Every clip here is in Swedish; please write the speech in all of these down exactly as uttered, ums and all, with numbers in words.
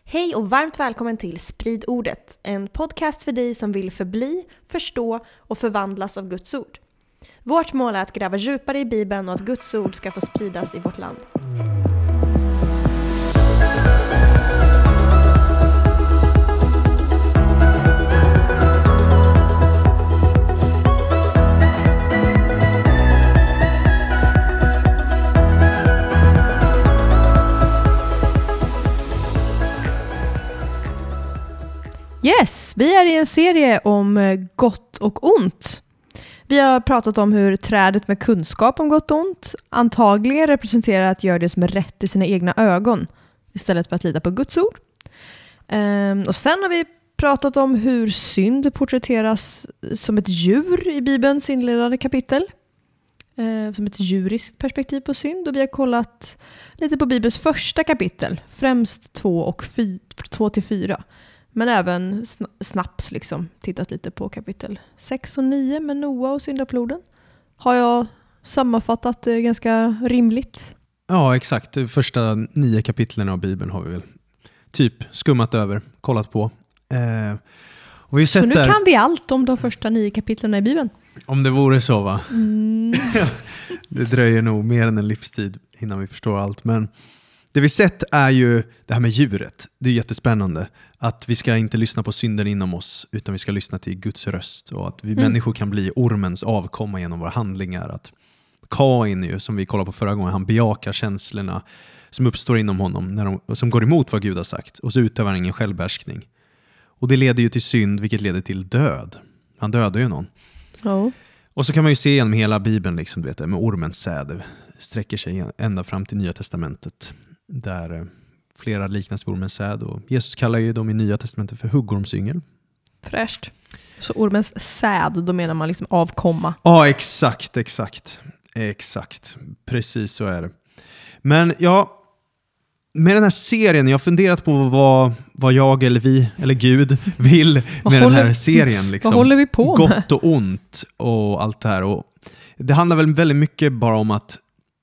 Hej och varmt välkommen till Sprid ordet, en podcast för dig som vill förbli, förstå och förvandlas av Guds ord. Vårt mål är att gräva djupare i Bibeln och att Guds ord ska få spridas i vårt land. Yes, vi är i en serie om gott och ont. Vi har pratat om hur trädet med kunskap om gott och ont antagligen representerar att göra det som är rätt i sina egna ögon istället för att lita på Guds ord. Ehm, och sen har vi pratat om hur synd porträtteras som ett djur i Bibelns inledande kapitel. Ehm, som ett djuriskt perspektiv på synd. Och vi har kollat lite på Bibelns första kapitel, främst två och fy- två till fyra. Men även snabbt liksom tittat lite på kapitel sex och nio med Noa och syndafloden. Har jag sammanfattat det ganska rimligt? Ja, exakt. Första nio kapitlen av Bibeln har vi väl typ skummat över, kollat på. Eh, och vi så nu där... kan vi allt om de första nio kapitlen i Bibeln. Om det vore så, va? Mm. Det dröjer nog mer än en livstid innan vi förstår allt. Men det vi sett är ju det här med djuret. Det är jättespännande. Att vi ska inte lyssna på synden inom oss, utan vi ska lyssna till Guds röst. Och att vi mm. människor kan bli ormens avkomma genom våra handlingar. Att Kain, ju, som vi kollade på förra gången, han bejakar känslorna som uppstår inom honom, när de, som går emot vad Gud har sagt. Och så utövar han ingen självbehärskning. Och det leder ju till synd, vilket leder till död. Han dödar ju någon. Oh. Och så kan man ju se genom hela Bibeln liksom, du vet, med ormens säd. Sträcker sig ända fram till Nya testamentet. Där flera liknas vid ormens säd. Och Jesus kallar ju dem i Nya testamentet för huggormsyngel. Fräscht. Så ormens säd, då menar man liksom avkomma. Ja, exakt, exakt. Exakt. Precis så är det. Men ja, med den här serien, jag har funderat på vad, vad jag eller vi, eller Gud vill med den här serien. Liksom. Vad håller vi på med? Gott och ont och allt det här. Och det handlar väl väldigt mycket bara om att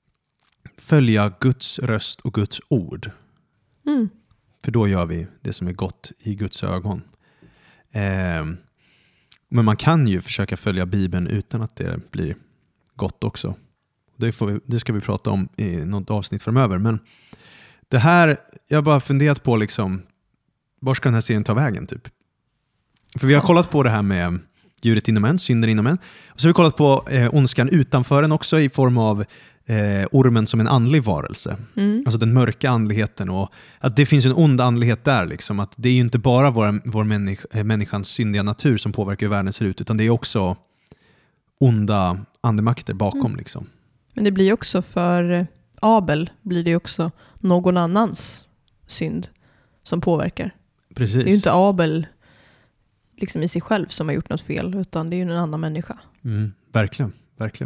följa Guds röst och Guds ord. Mm. För då gör vi det som är gott i Guds ögon. Eh, men man kan ju försöka följa Bibeln utan att det blir gott också. Det, får vi, det ska vi prata om i något avsnitt framöver. Men det här, jag har bara funderat på liksom, var ska den här serien ta vägen typ? För vi har kollat på det här med djuret inom en, synden inom en. Och så har vi kollat på eh, ondskan utanför en också i form av Eh, ormen som en andlig varelse. Mm. Alltså den mörka andligheten och att det finns en ond andlighet där liksom. Att det är ju inte bara vår, vår människ, eh, människans syndiga natur som påverkar hur världen ser ut, utan det är också onda andemakter bakom mm. liksom. Men det blir också för Abel blir det också någon annans synd som påverkar. Precis. Det är ju inte Abel liksom i sig själv som har gjort något fel, utan det är ju en annan människa. Mm, verkligen, verkligen.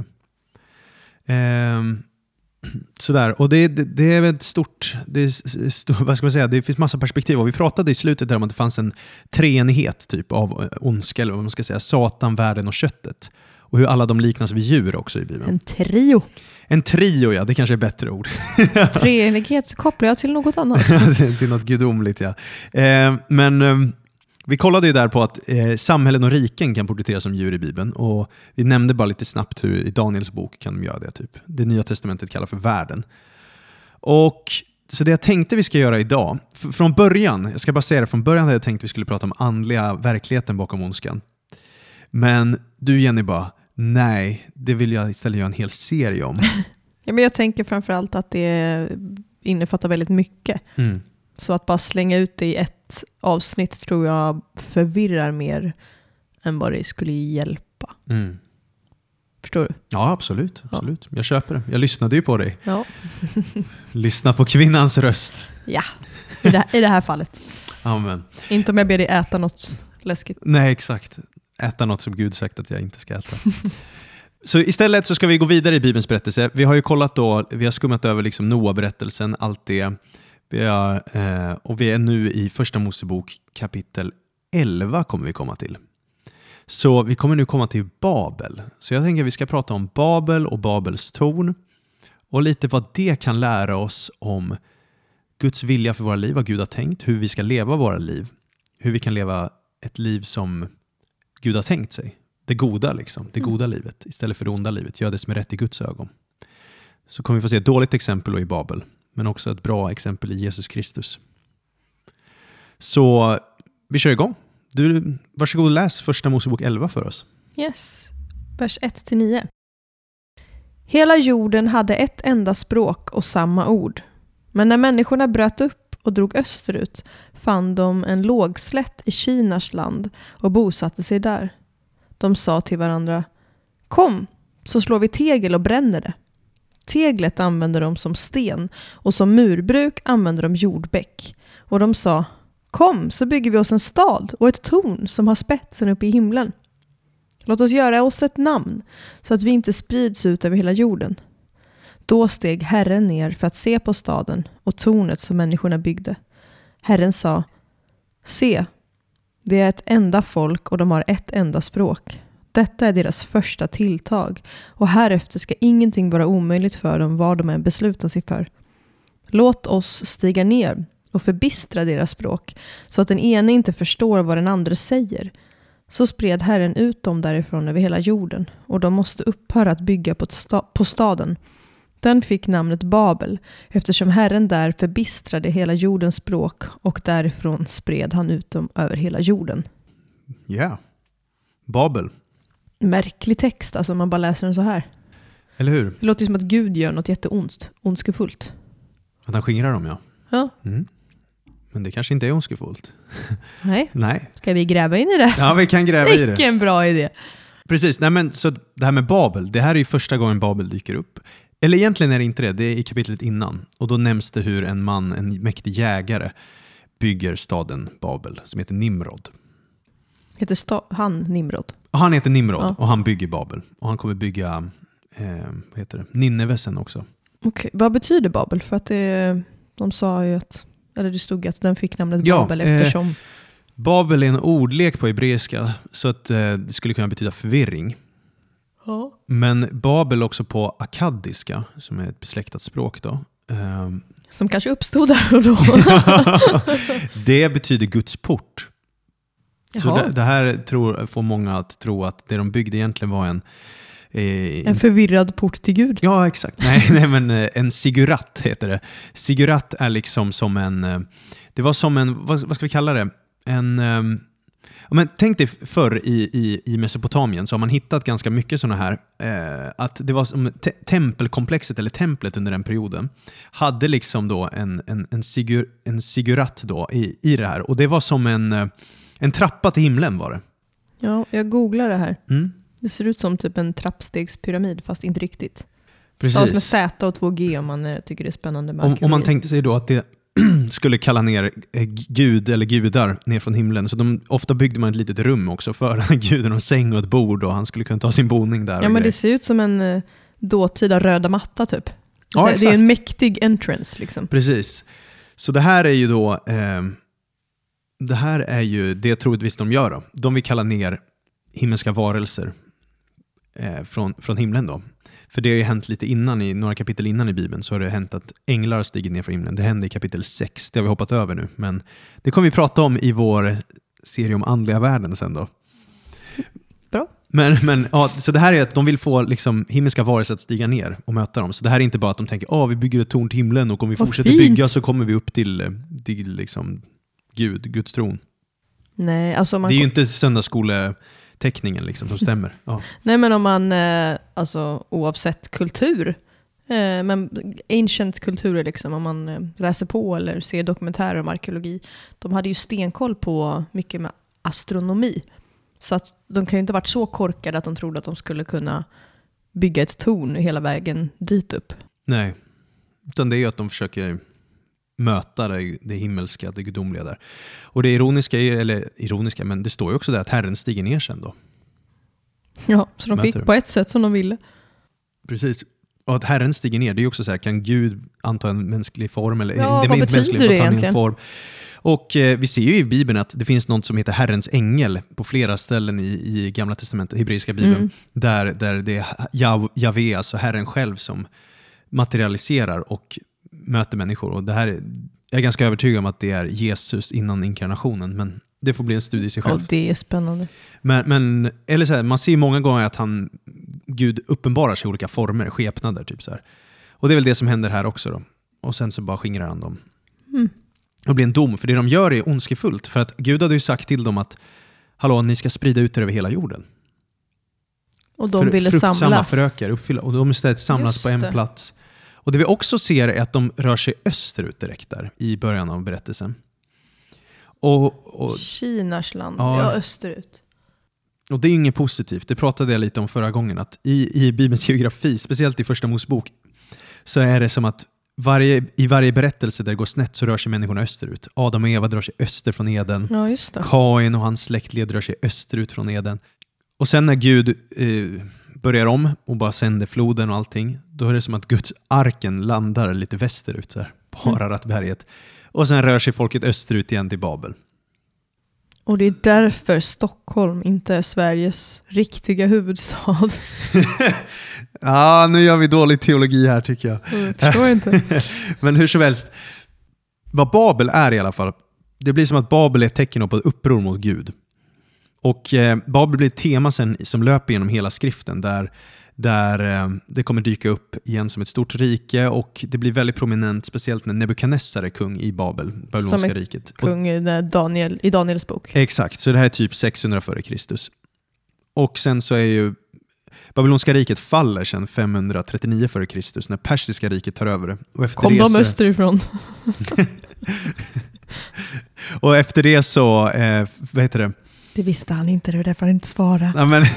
Um, sådär, och det, det, det är ett stort, det är stort, vad ska man säga, det finns massa perspektiv, och vi pratade i slutet där om att det fanns en treenighet typ av ondska, eller vad man ska säga, Satan, världen och köttet, och hur alla de liknas vid djur också i Bibeln. En trio. En trio, ja, det kanske är bättre ord. Treenighet kopplar jag till något annat. Till något gudomligt, ja. Uh, men um, vi kollade ju där på att eh, samhällen och riken kan porträtteras som djur i Bibeln, och vi nämnde bara lite snabbt hur i Daniels bok kan de göra det typ. Det Nya testamentet kallar för världen. Och så det jag tänkte vi ska göra idag, f- från början, jag ska bara säga det, från början hade jag tänkt att vi skulle prata om andliga verkligheten bakom ondskan. Men du, Jenny, bara, nej, det vill jag istället göra en hel serie om. Ja, men jag tänker framförallt att det innefattar väldigt mycket. Mm. Så att bara slänga ut det i ett avsnitt tror jag förvirrar mer än vad det skulle hjälpa. Mm. Förstår du? Ja, absolut. absolut. Ja. Jag köper det. Jag lyssnade ju på dig. Ja. Lyssna på kvinnans röst. Ja, i det, i det här fallet. Amen. Inte om jag ber dig äta något läskigt. Nej, exakt. Äta något som Gud sagt att jag inte ska äta. Så istället så ska vi gå vidare i Bibelns berättelse. Vi har ju kollat då, vi har skummat över liksom Noa-berättelsen, allt det. Vi är, eh, och vi är nu i första Mosebok kapitel elva kommer vi komma till. Så vi kommer nu komma till Babel. Så jag tänker att vi ska prata om Babel och Babels torn. Och lite vad det kan lära oss om Guds vilja för våra liv, vad Gud har tänkt, hur vi ska leva våra liv. Hur vi kan leva ett liv som Gud har tänkt sig. Det goda liksom, det goda mm. livet istället för det onda livet. Gör det som är rätt i Guds ögon. Så kommer vi få se ett dåligt exempel då i Babel, men också ett bra exempel i Jesus Kristus. Så vi kör igång. Du, varsågod och läs första Mosebok elva för oss. Yes, vers ett till nio. Hela jorden hade ett enda språk och samma ord. Men när människorna bröt upp och drog österut fann de en lågslätt i Kinas land och bosatte sig där. De sa till varandra: kom, så slår vi tegel och bränner det. Teglet använder de som sten och som murbruk använder de jordbäck. Och de sa: kom, så bygger vi oss en stad och ett torn som har spetsen upp i himlen. Låt oss göra oss ett namn så att vi inte sprids ut över hela jorden. Då steg Herren ner för att se på staden och tornet som människorna byggde. Herren sa: se, det är ett enda folk och de har ett enda språk. Detta är deras första tilltag och härefter ska ingenting vara omöjligt för dem vad de än beslutar sig för. Låt oss stiga ner och förbistra deras språk så att den ene inte förstår vad den andra säger. Så spred Herren ut dem därifrån över hela jorden och de måste upphöra att bygga på, sta- på staden. Den fick namnet Babel eftersom Herren där förbistrade hela jordens språk och därifrån spred han ut dem över hela jorden. Ja, yeah. Babel. Märklig text, alltså om man bara läser den så här. Eller hur? Det låter som att Gud gör något jätteont, ondskefullt. Att han skingrar dem, ja. Ja. Mm. Men det kanske inte är ondskefullt. Nej. Nej. Ska vi gräva in i det? Ja, vi kan gräva i det. Vilken bra idé. Precis. Nej, men, så det här med Babel, det här är ju första gången Babel dyker upp. Eller egentligen är det inte det, det är i kapitlet innan. Och då nämns det hur en man, en mäktig jägare, bygger staden Babel som heter Nimrod. Heter sta- han Nimrod? Och han heter Nimrod ja. och han bygger Babel. Och han kommer bygga eh, vad heter det? Nineve sen också. Okej, vad betyder Babel? För att det, de sa ju att, eller det stod att den fick namnet ja, Babel eftersom... Eh, Babel är en ordlek på hebreiska så att eh, det skulle kunna betyda förvirring. Ja. Men Babel också på akkadiska, som är ett besläktat språk då. Eh, som kanske uppstod där och då. det betyder Guds port. Jaha. Så det, det här tror, får många att tro att det de byggde egentligen var en... Eh, en förvirrad port till Gud. Ja, exakt. Nej, nej men eh, en sigurat heter det. Sigurat är liksom som en... Eh, det var som en... Vad, vad ska vi kalla det? En... Eh, men tänk dig förr i, i, i Mesopotamien så har man hittat ganska mycket sådana här. Eh, att det var som te- tempelkomplexet eller templet under den perioden hade liksom då en, en, en, sigur, en sigurat då i, i det här. Och det var som en... Eh, En trappa till himlen var det. Ja, jag googlar det här. Mm. Det ser ut som typ en trappstegspyramid, fast inte riktigt. Precis. Ja, som Z och två G om man tycker det är spännande med om, om man tänkte sig då att det skulle kalla ner Gud eller gudar ner från himlen. Så de, ofta byggde man ett litet rum också för guden, en säng och ett bord och han skulle kunna ta sin boning där. Ja, men grejer. Det ser ut som en dåtida röda matta typ. Ja, det är en mäktig entrance liksom. Precis. Så det här är ju då... Eh, Det här är ju det troligtvis de gör då. De vill kalla ner himmelska varelser eh, från, från himlen då. För det har ju hänt lite innan, i några kapitel innan i Bibeln så har det hänt att änglar stiger ner från himlen. Det hände i kapitel sex, det har vi hoppat över nu. Men det kommer vi prata om i vår serie om andliga världen sen då. Bra. Men, men ja, så det här är att de vill få liksom, himmelska varelser att stiga ner och möta dem. Så det här är inte bara att de tänker, ah, vi bygger ett torn till himlen och om vi Vad fortsätter fint. bygga så kommer vi upp till, till liksom, Gud, Guds tron. Nej, alltså man det är ju inte söndagsskoleteckningen liksom, som stämmer. Ja. Nej, men om man, eh, alltså oavsett kultur, eh, men ancient kulturer liksom, om man eh, läser på eller ser dokumentärer om arkeologi, de hade ju stenkoll på mycket med astronomi. Så att de kan ju inte ha varit så korkade att de trodde att de skulle kunna bygga ett torn hela vägen dit upp. Nej, utan det är ju att de försöker möta det, det himmelska, det gudomliga där. Och det ironiska, är, eller ironiska, men det står ju också där att Herren stiger ner sen då. Ja, så de Möter fick på ett sätt som de ville. Precis. Och att Herren stiger ner, det är ju också så här, kan Gud anta en mänsklig form? Eller, ja, det vad betyder mänsklig, det egentligen? Form. Och eh, vi ser ju i Bibeln att det finns något som heter Herrens ängel på flera ställen i, i Gamla testamentet, hebreiska Bibeln, mm. där, där det är Jav, Javé, alltså Herren själv som materialiserar och möter människor. Och det här Jag är ganska övertygad om att det är Jesus innan inkarnationen, men det får bli en studie i sig själv. Ja, det är spännande. Men, men eller så här, man ser många gånger att han, Gud uppenbarar sig i olika former, skepnader typ så här. Och det är väl det som händer här också då. Och sen så bara skingrar han dem. Mm. Och blir en dom, för det de gör är ondskefullt. För att Gud hade ju sagt till dem att hallå, ni ska sprida ut er över hela jorden. Och de för, ville fruktsamma samlas. förökar, uppfylla, och de istället samlas Just på en det. plats. Och det vi också ser är att de rör sig österut direkt där i början av berättelsen. Och, och, Kinas land, Ja. ja, österut. och det är inget positivt. Det pratade jag lite om förra gången. Att i, i Bibelns geografi, speciellt i första Mosebok, så är det som att varje, i varje berättelse där det går snett så rör sig människorna österut. Adam och Eva drar sig öster från Eden. Ja, just det. Kain och hans släktled rör sig österut från Eden. Och sen när Gud eh, börjar om och bara sänder floden och allting, då är det som att Guds arken landar lite västerut så här, på Araratberget. Och sen rör sig folket österut igen till Babel. Och det är därför Stockholm inte är Sveriges riktiga huvudstad. Ja, nu gör vi dålig teologi här tycker jag. Jag förstår inte. Men hur som helst, vad Babel är i alla fall, det blir som att Babel är ett tecken på ett uppror mot Gud. Och eh, Babel blir ett tema sen som löper genom hela skriften där, där eh, det kommer dyka upp igen som ett stort rike, och det blir väldigt prominent, speciellt när Nebukadnessar är kung i Babel, babyloniska Som är riket. Kung i Daniel, i Daniels bok. Exakt, så det här är typ sexhundra före Kristus. Och sen så är ju babyloniska riket faller sedan femhundratrettionio före Kristus när persiska riket tar över det. Och efter Kom det de så... österifrån? Och efter det så, eh, vad heter det? Det visste han inte, det var därför han inte svarade. Ja, men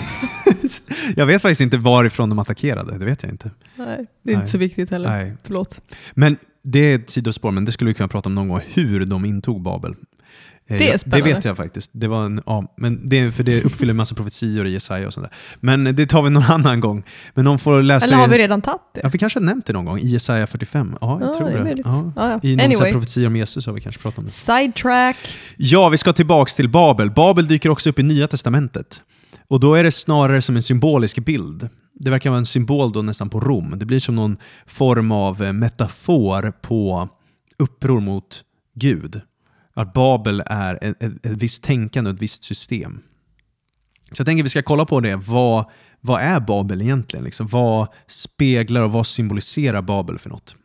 jag vet faktiskt inte varifrån de attackerade, det vet jag inte. Nej, det är Nej. inte så viktigt heller. Nej. Förlåt. Men det är ett sidospår, men det skulle vi kunna prata om någon gång, hur de intog Babel. Eh, Det är jag- spännande. Det vet jag faktiskt. Det var en, ja, men det, för det uppfyller en massa profetior i Jesaja och sådär. Men det tar vi någon annan gång. Men de får läsa... Eller har vi redan tagit det? Ja, vi kanske har nämnt det någon gång i Jesaja fyrtiofem. Ja, jag Ja, tror det är det. möjligt. Ja. Ja, ja. I någon Anyway. profetia om Jesus har vi kanske pratat om det. Sidetrack. Ja, vi ska tillbaka till Babel. Babel dyker också upp i Nya testamentet. Och då är det snarare som en symbolisk bild. Det verkar vara en symbol då nästan på Rom. Det blir som någon form av eh, metafor på uppror mot Gud. Att Babel är ett, ett, ett visst tänkande och ett visst system. Så jag tänker att vi ska kolla på det. Vad, vad är Babel egentligen? Liksom, vad speglar och vad symboliserar Babel för något?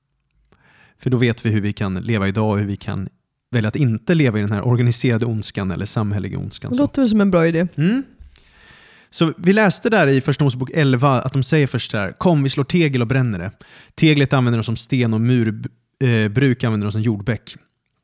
För då vet vi hur vi kan leva idag och hur vi kan välja att inte leva i den här organiserade ondskan eller samhälleliga ondskan. Det Så. låter som en bra idé. Mm. Så vi läste där i Första Mosebok elva att de säger först där: kom, vi slår tegel och bränner det. Teglet använder de som sten och murbruk eh, använder de som jordbäck.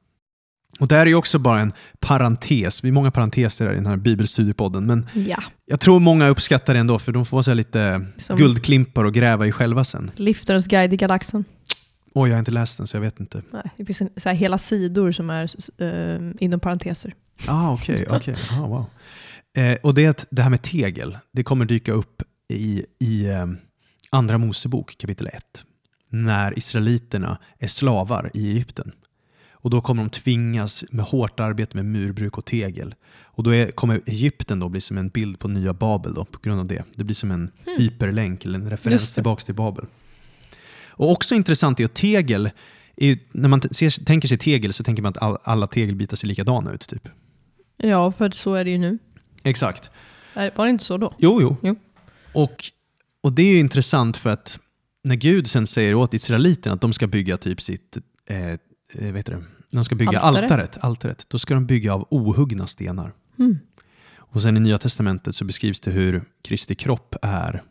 Och där är ju också bara en parentes. Vi har många parenteser här i den här bibelstudiepodden, men Ja. jag tror många uppskattar det ändå, för de får så här lite Som guldklimpar och gräva i själva sen. Liftarens guide i galaxen. Oj, jag har inte läst den så jag vet inte. Nej, det finns en, så här, hela sidor som är eh, inom parenteser. Ah, okej, okay, okej. Okay. Ah, wow. Eh, och det, är att det här med tegel, det kommer dyka upp i, i eh, Andra Mosebok kapitel ett. När israeliterna är slavar i Egypten. Och då kommer de tvingas med hårt arbete med murbruk och tegel. Och då är, kommer Egypten då bli som en bild på nya Babel då, på grund av det. Det blir som en Mm. hyperlänk eller en referens Just det. tillbaka till Babel. Och också intressant är att tegel, är, när man t- ser, tänker sig tegel så tänker man att all, alla tegelbitar ser likadana ut typ. Ja, för så är det ju nu. Exakt. Är- Var det inte så då? Jo, jo. Jo. Och, och det är ju intressant för att när Gud sen säger åt israeliterna att de ska bygga typ sitt, eh, eh, vet du, de ska bygga Altare. altaret, altaret, då ska de bygga av ohuggna stenar. Mm. Och sen i Nya testamentet så beskrivs det hur Kristi kropp är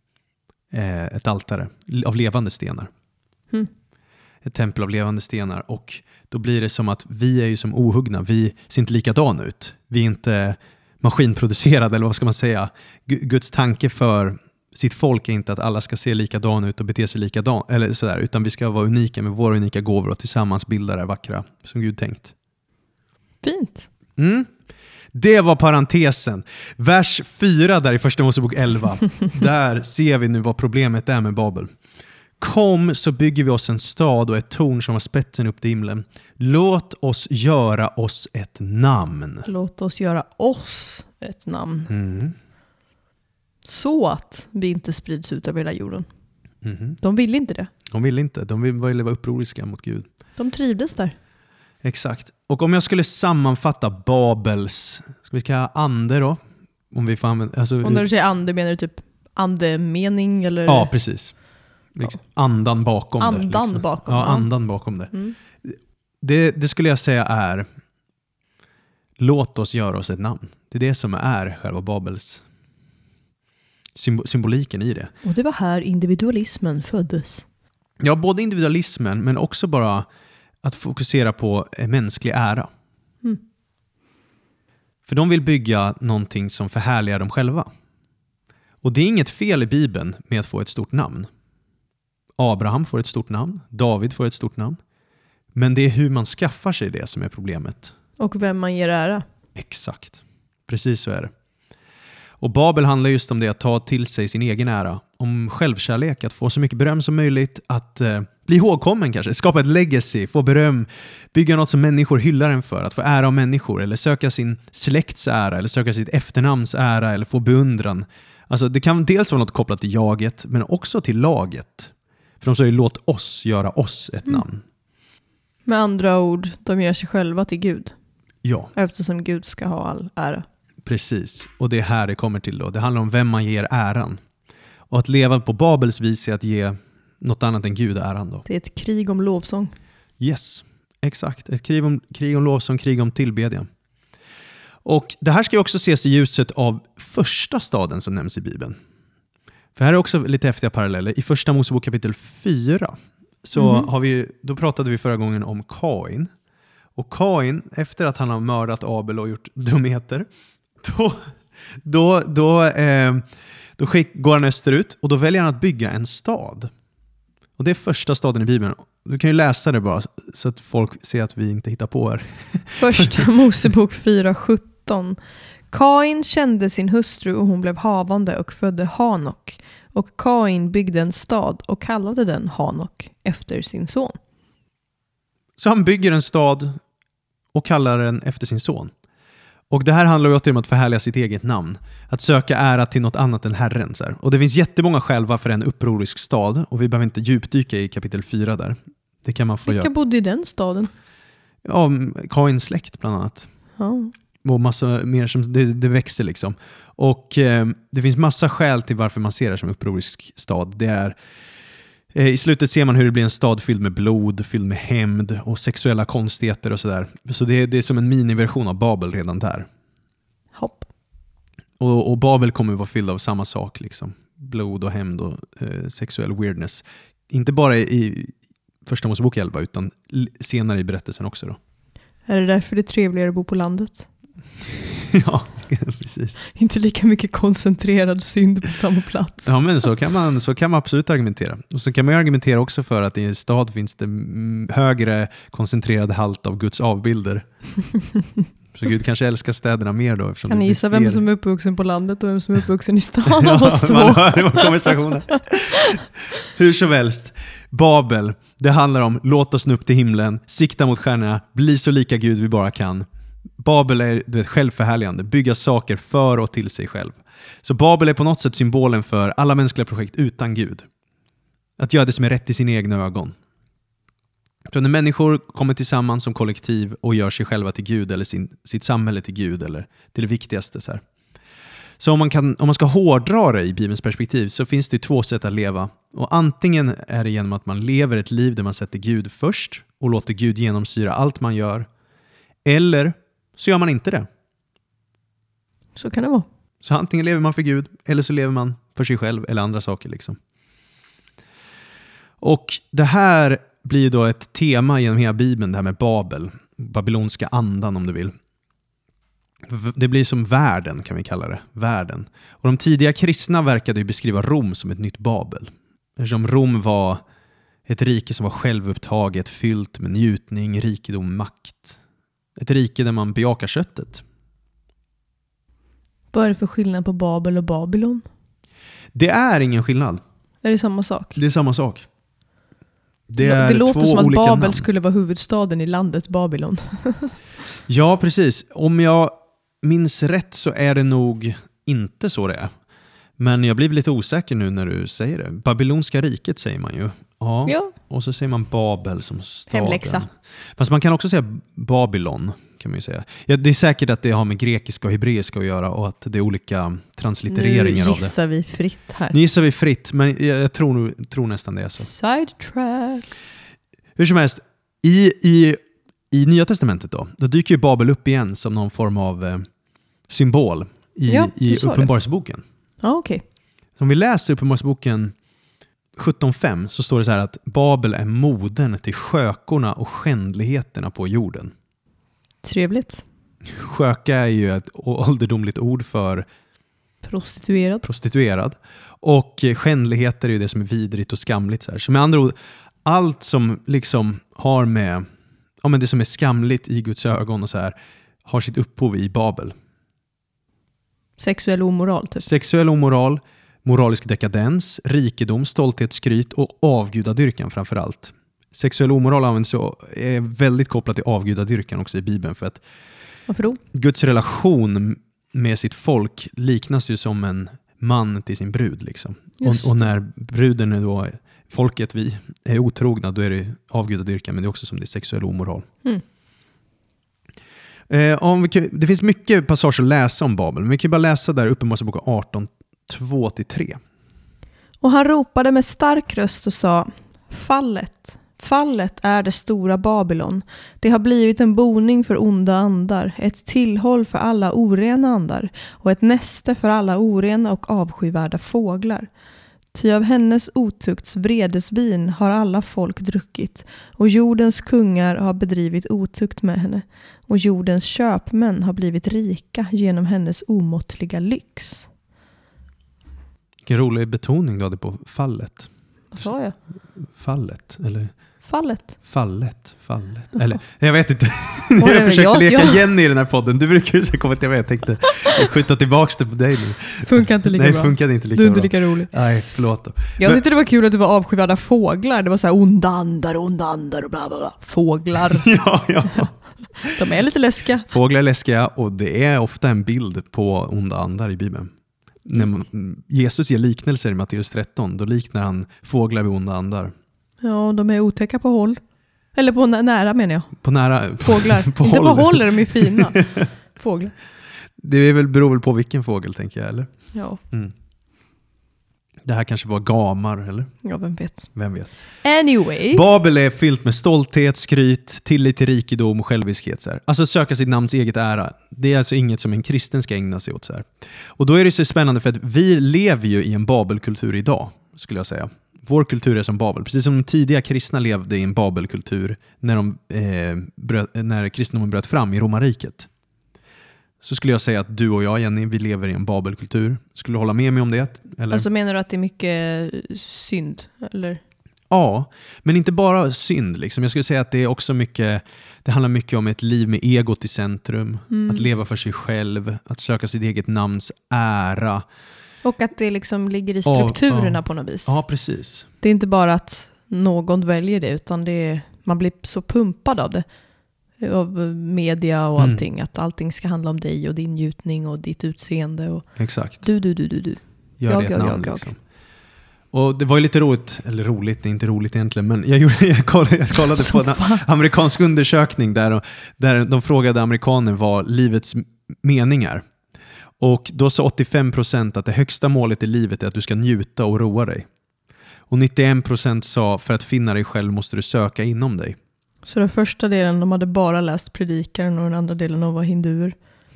eh, ett altare av levande stenar. Mm. Ett tempel av levande stenar. Och då blir det som att vi är ju som ohuggna. Vi ser inte likadana ut. Vi är inte maskinproducerade, eller vad ska man säga. Gu- Guds tanke för sitt folk är inte att alla ska se likadana ut och bete sig likadant, eller sådär, utan vi ska vara unika med våra unika gåvor och tillsammans bilda det vackra som Gud tänkt. Fint. Mm. Det var parentesen. Vers fyra där i Första Mosebok elva. Där ser vi nu vad problemet är med Babel. Kom, så bygger vi oss en stad och ett torn som har spetsen upp till himlen. Låt oss göra oss ett namn. Låt oss göra oss ett namn. Mm. Så att vi inte sprids ut över hela jorden. Mm-hmm. De ville inte det. De ville inte. De ville vara upproriska mot Gud. De trivdes där. Exakt. Och om jag skulle sammanfatta Babels, ska vi kalla ande då? Om vi får använda, alltså, och när du säger ande menar du typ andemening eller? Ja, precis. Liksom. Andan bakom andan det. Liksom. bakom. Ja, ja. andan bakom det. Mm. det. Det skulle jag säga är låt oss göra oss ett namn. Det är det som är själva Babels symboliken i det. Och det var här individualismen föddes. Ja, både individualismen men också bara att fokusera på mänsklig ära. Mm. För de vill bygga någonting som förhärligar dem själva. Och det är inget fel i Bibeln med att få ett stort namn. Abraham får ett stort namn, David får ett stort namn. Men det är hur man skaffar sig det som är problemet. Och vem man ger ära. Exakt. Precis så är det. Och Babel handlar just om det att ta till sig sin egen ära. Om självkärlek, att få så mycket beröm som möjligt. Att eh, bli ihågkommen kanske. Skapa ett legacy, få beröm. Bygga något som människor hyllar en för. Att få ära av människor. Eller söka sin släkts ära. Eller söka sitt efternamns ära. Eller få beundran. Alltså det kan dels vara något kopplat till jaget. Men också till laget. För de säger låt oss göra oss ett namn. Mm. Med andra ord, de gör sig själva till Gud. Ja. Eftersom Gud ska ha all ära. Precis, och det är här det kommer till då. Det handlar om vem man ger äran. Och att leva på Babels vis är att ge något annat än Gud äran då. Det är ett krig om lovsång. Yes, exakt. Ett krig om, krig om lovsång, krig om tillbedjan. Och det här ska ju också ses i ljuset av första staden som nämns i Bibeln. För här är också lite häftiga paralleller. I första Mosebok kapitel fyra så mm-hmm. har vi, då pratade vi förra gången om Kain. Och Kain, efter att han har mördat Abel och gjort dumheter, då, då, då, eh, då skick, går han österut och då väljer han att bygga en stad. Och det är första staden i Bibeln. Du kan ju läsa det bara så att folk ser att vi inte hittar på här. Första Mosebok fyra sjutton. Kain kände sin hustru och hon blev havande och födde Hanok. Och Kain byggde en stad och kallade den Hanok efter sin son. Så han bygger en stad och kallar den efter sin son. Och det här handlar ju åter om att förhärliga sitt eget namn. Att söka ära till något annat än Herren. Så här. Och det finns jättemånga skäl varför en upprorisk stad. Och vi behöver inte djupdyka i kapitel fyra där. Det kan man få Vilka göra. bodde i den staden? Ja, Kains släkt bland annat. Ja. Och massa mer som det, det växer liksom. Och eh, det finns massa skäl till varför man ser det som upprorisk stad. Det är eh, i slutet ser man hur det blir en stad fylld med blod, fylld med hämnd och sexuella konstigheter och sådär. Så det, det är som en miniversion av Babel redan där. Hopp. Och, och Babel kommer att vara fylld av samma sak liksom. Blod och hämnd och eh, sexuell weirdness. Inte bara i, i första Mosebok elva utan senare i berättelsen också då. Är det därför det är trevligare att bo på landet? Ja, precis. Inte lika mycket koncentrerad synd på samma plats. Ja, men så kan man, så kan man absolut argumentera. Och så kan man argumentera också för att i en stad finns det högre koncentrerad halt av Guds avbilder. Så Gud kanske älskar städerna mer då. Kan ni gissa vem som är uppvuxen på landet och vem som är uppvuxen i stan av oss två? Man hör i våra konversationer. Hur som helst, Babel, det handlar om låt oss nå upp till himlen, sikta mot stjärnorna, bli så lika Gud vi bara kan. Babel är du vet, självförhärligande, bygga saker för och till sig själv. Så Babel är på något sätt symbolen för alla mänskliga projekt utan Gud. Att göra det som är rätt i sina egna ögon. Så när människor kommer tillsammans som kollektiv och gör sig själva till Gud eller sin, sitt samhälle till Gud eller till det viktigaste. Så, här. så om, man kan, om man ska hårdra det i Bibelns perspektiv så finns det två sätt att leva. Och antingen är det genom att man lever ett liv där man sätter Gud först och låter Gud genomsyra allt man gör. Eller så gör man inte det. Så kan det vara. Så antingen lever man för Gud eller så lever man för sig själv eller andra saker. Liksom. Och det här blir då ett tema genom hela Bibeln, det här med Babel. Babylonska andan om du vill. Det blir som världen kan vi kalla det. Världen. Och de tidiga kristna verkade ju beskriva Rom som ett nytt Babel. Eftersom Rom var ett rike som var självupptaget, fyllt med njutning, rikedom, makt. Ett rike där man bejakar köttet. Vad är det för skillnad på Babel och Babylon? Det är ingen skillnad. Är det samma sak? Det är samma sak. Det, är det låter två som att Babel namn. skulle vara huvudstaden i landet Babylon. Ja, precis. Om jag minns rätt så är det nog inte så det är. Men jag blir lite osäker nu när du säger det. Babylonska riket säger man ju. Ja. Ja. Och så säger man Babel som staden. Hemläxa. Fast man kan också säga Babylon, kan man ju säga. Ja, det är säkert att det har med grekiska och hebreiska att göra och att det är olika translittereringar av det. Nu gissar vi fritt här. Nu gissar vi fritt, men jag, jag tror, tror nästan det är så. Sidetrack. Hur som helst, i, i, i Nya Testamentet då, då dyker ju Babel upp igen som någon form av eh, symbol i, Ja, i Uppenbarelseboken. Ja, okej. Okay. Om vi läser Uppenbarelseboken sjutton fem så står det så här att Babel är modern till skökorna och skändligheterna på jorden. Trevligt. Sköka är ju ett ålderdomligt ord för prostituerad. prostituerad. Och skändligheter är ju det som är vidrigt och skamligt. Så, här. Så med andra ord, allt som liksom har med ja, men det som är skamligt i Guds ögon och så här, har sitt upphov i Babel. Sexuell omoral typ. Sexuell omoral, moralisk dekadens, rikedom, stolthet, skryt och avgudadyrkan framför allt. Sexuell omoral används så är väldigt kopplat till avgudadyrkan också i Bibeln för att varför då? Guds relation med sitt folk liknas ju som en man till sin brud liksom. Och, och när bruden är då folket vi är otrogna, då är det avgudadyrkan, men det är också som det är sexuell omoral. Mm. Eh, om vi kan, det finns mycket passage att läsa om Babel, men vi kan bara läsa där uppe i Mosebok arton, två till tre. Och han ropade med stark röst och sa: fallet, fallet är det stora Babylon. Det har blivit en boning för onda andar, ett tillhåll för alla orena andar och ett näste för alla orena och avskyvärda fåglar. Ty av hennes otukts vredesvin har alla folk druckit, och jordens kungar har bedrivit otukt med henne, och jordens köpmän har blivit rika genom hennes omåttliga lyx. Vilken rolig betoning du hade på fallet. Vad sa jag? Fallet, eller? Fallet. Fallet, fallet. Jaha. Eller, jag vet inte. jag försökte jag, leka jag. igen i den här podden. Du brukar ju säga komma till mig. Jag tänkte skjuta tillbaka det på dig nu. Funkar inte lika Nej, bra. Nej, funkar inte lika du är inte bra. lika rolig. Nej, förlåt då. Jag Men, tyckte det var kul att det var avskyvärda fåglar. Det var så här onda andar, onda andar och bla bla bla. Fåglar. ja, ja. De är lite läskiga. Fåglar är läskiga och det är ofta en bild på onda andar i Bibeln. När man, Jesus ger liknelser i Matteus tretton, då liknar han fåglar vid onda andar. Ja, de är otäcka på håll. Eller på nä- nära menar jag. På nära. Fåglar. på Inte håll. på håll är de ju fina. Fåglar. Det är väl, beror väl på vilken fågel, tänker jag, eller? Ja. Mm. Det här kanske var gamar, eller? Ja, vem vet. Vem vet. Anyway. Babel är fyllt med stolthet, skryt, tillit till rikedom och själviskhet. Så här. Alltså söka sitt namns eget ära. Det är alltså inget som en kristen ska ägna sig åt. Så här. Och då är det så spännande för att vi lever ju i en Babelkultur idag, skulle jag säga. Vår kultur är som Babel. Precis som de tidiga kristna levde i en Babelkultur när, de, eh, bröt, när kristendomen bröt fram i romarriket. Så skulle jag säga att du och jag, Jenny, vi lever i en Babelkultur. Skulle du hålla med mig om det? Eller? Alltså menar du att det är mycket synd? Eller? Ja, men inte bara synd. Liksom. Jag skulle säga att det är också mycket, det handlar mycket om ett liv med egot i centrum. Mm. Att leva för sig själv, att söka sitt eget namns ära. Och att det liksom ligger i strukturerna ja, ja. på något vis. Ja, precis. Det är inte bara att någon väljer det, utan det är, man blir så pumpad av det. Av media och allting. Mm. Att allting ska handla om dig och din njutning och ditt utseende. Och exakt. Du, du, du, du, du. Gör jag, det ett jag, namn, jag, liksom. Och det var ju lite roligt, eller roligt, det är inte roligt egentligen, men jag, gjorde, jag kollade, jag kollade på en amerikansk undersökning där, där de frågade amerikaner vad livets meningar. Och då sa åttiofem procent att det högsta målet i livet är att du ska njuta och roa dig. Och nittioen procent sa för att finna dig själv måste du söka inom dig. Så den första delen, de hade bara läst predikaren och den andra delen de var hinduer.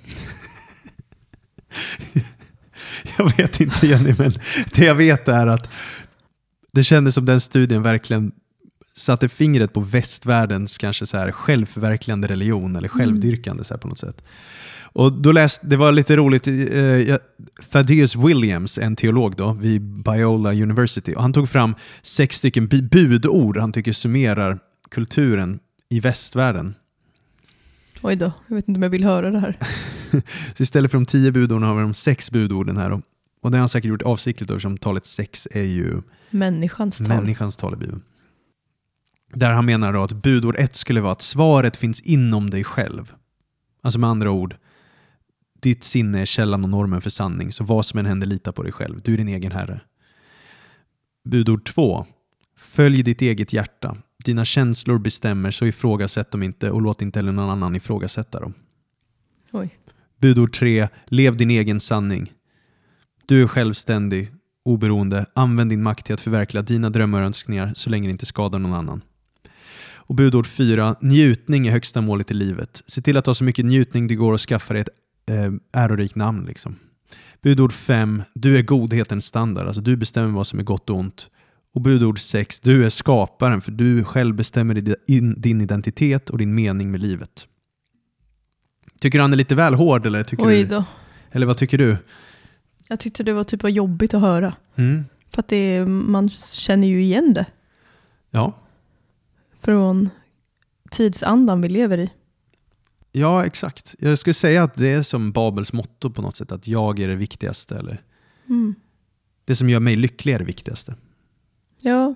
Jag vet inte, Jenny, men det jag vet är att det kändes som den studien verkligen satte fingret på västvärldens kanske så här självförverkligande religion eller självdyrkande så här på något sätt. Och då läste, det var lite roligt, eh, Thaddeus Williams, en teolog då vid Biola University, och han tog fram sex stycken budord han tycker summerar kulturen i västvärlden. Oj då, jag vet inte om jag vill höra det här. Så istället för de tio budorden har vi de sex budorden här. Och, och det har han säkert gjort avsiktligt då, eftersom talet sex är ju människans tal. Människans tal i Bibeln. Där han menar då att budord ett skulle vara att svaret finns inom dig själv. Alltså med andra ord, Ditt sinne är källan och normen för sanning, så vad som än händer, lita på dig själv. Du är din egen herre. Budord två. Följ ditt eget hjärta. Dina känslor bestämmer, så ifrågasätt dem inte och låt inte heller någon annan ifrågasätta dem. Oj. Budord tre. Lev din egen sanning. Du är självständig, oberoende. Använd din makt till att förverkliga dina drömmar och önskningar så länge det inte skadar någon annan. Och budord fyra. Njutning är högsta målet i livet. Se till att ha så mycket njutning det går att skaffa dig ett äh, ärorikt namn. Liksom. Budord fem. Du är godhetens standard. Alltså du bestämmer vad som är gott och ont. Och budord sex. Du är skaparen, för du själv bestämmer din identitet och din mening med livet. Tycker du han är lite väl hård? Eller, tycker Oj du, då. eller vad tycker du? Jag tyckte det var typ var jobbigt att höra. Mm. För att det, man känner ju igen det. Ja. Från tidsandan vi lever i. Ja, exakt. Jag skulle säga att det är som Babels motto på något sätt. Att jag är det viktigaste. Eller Mm. det som gör mig lycklig är det viktigaste. Ja.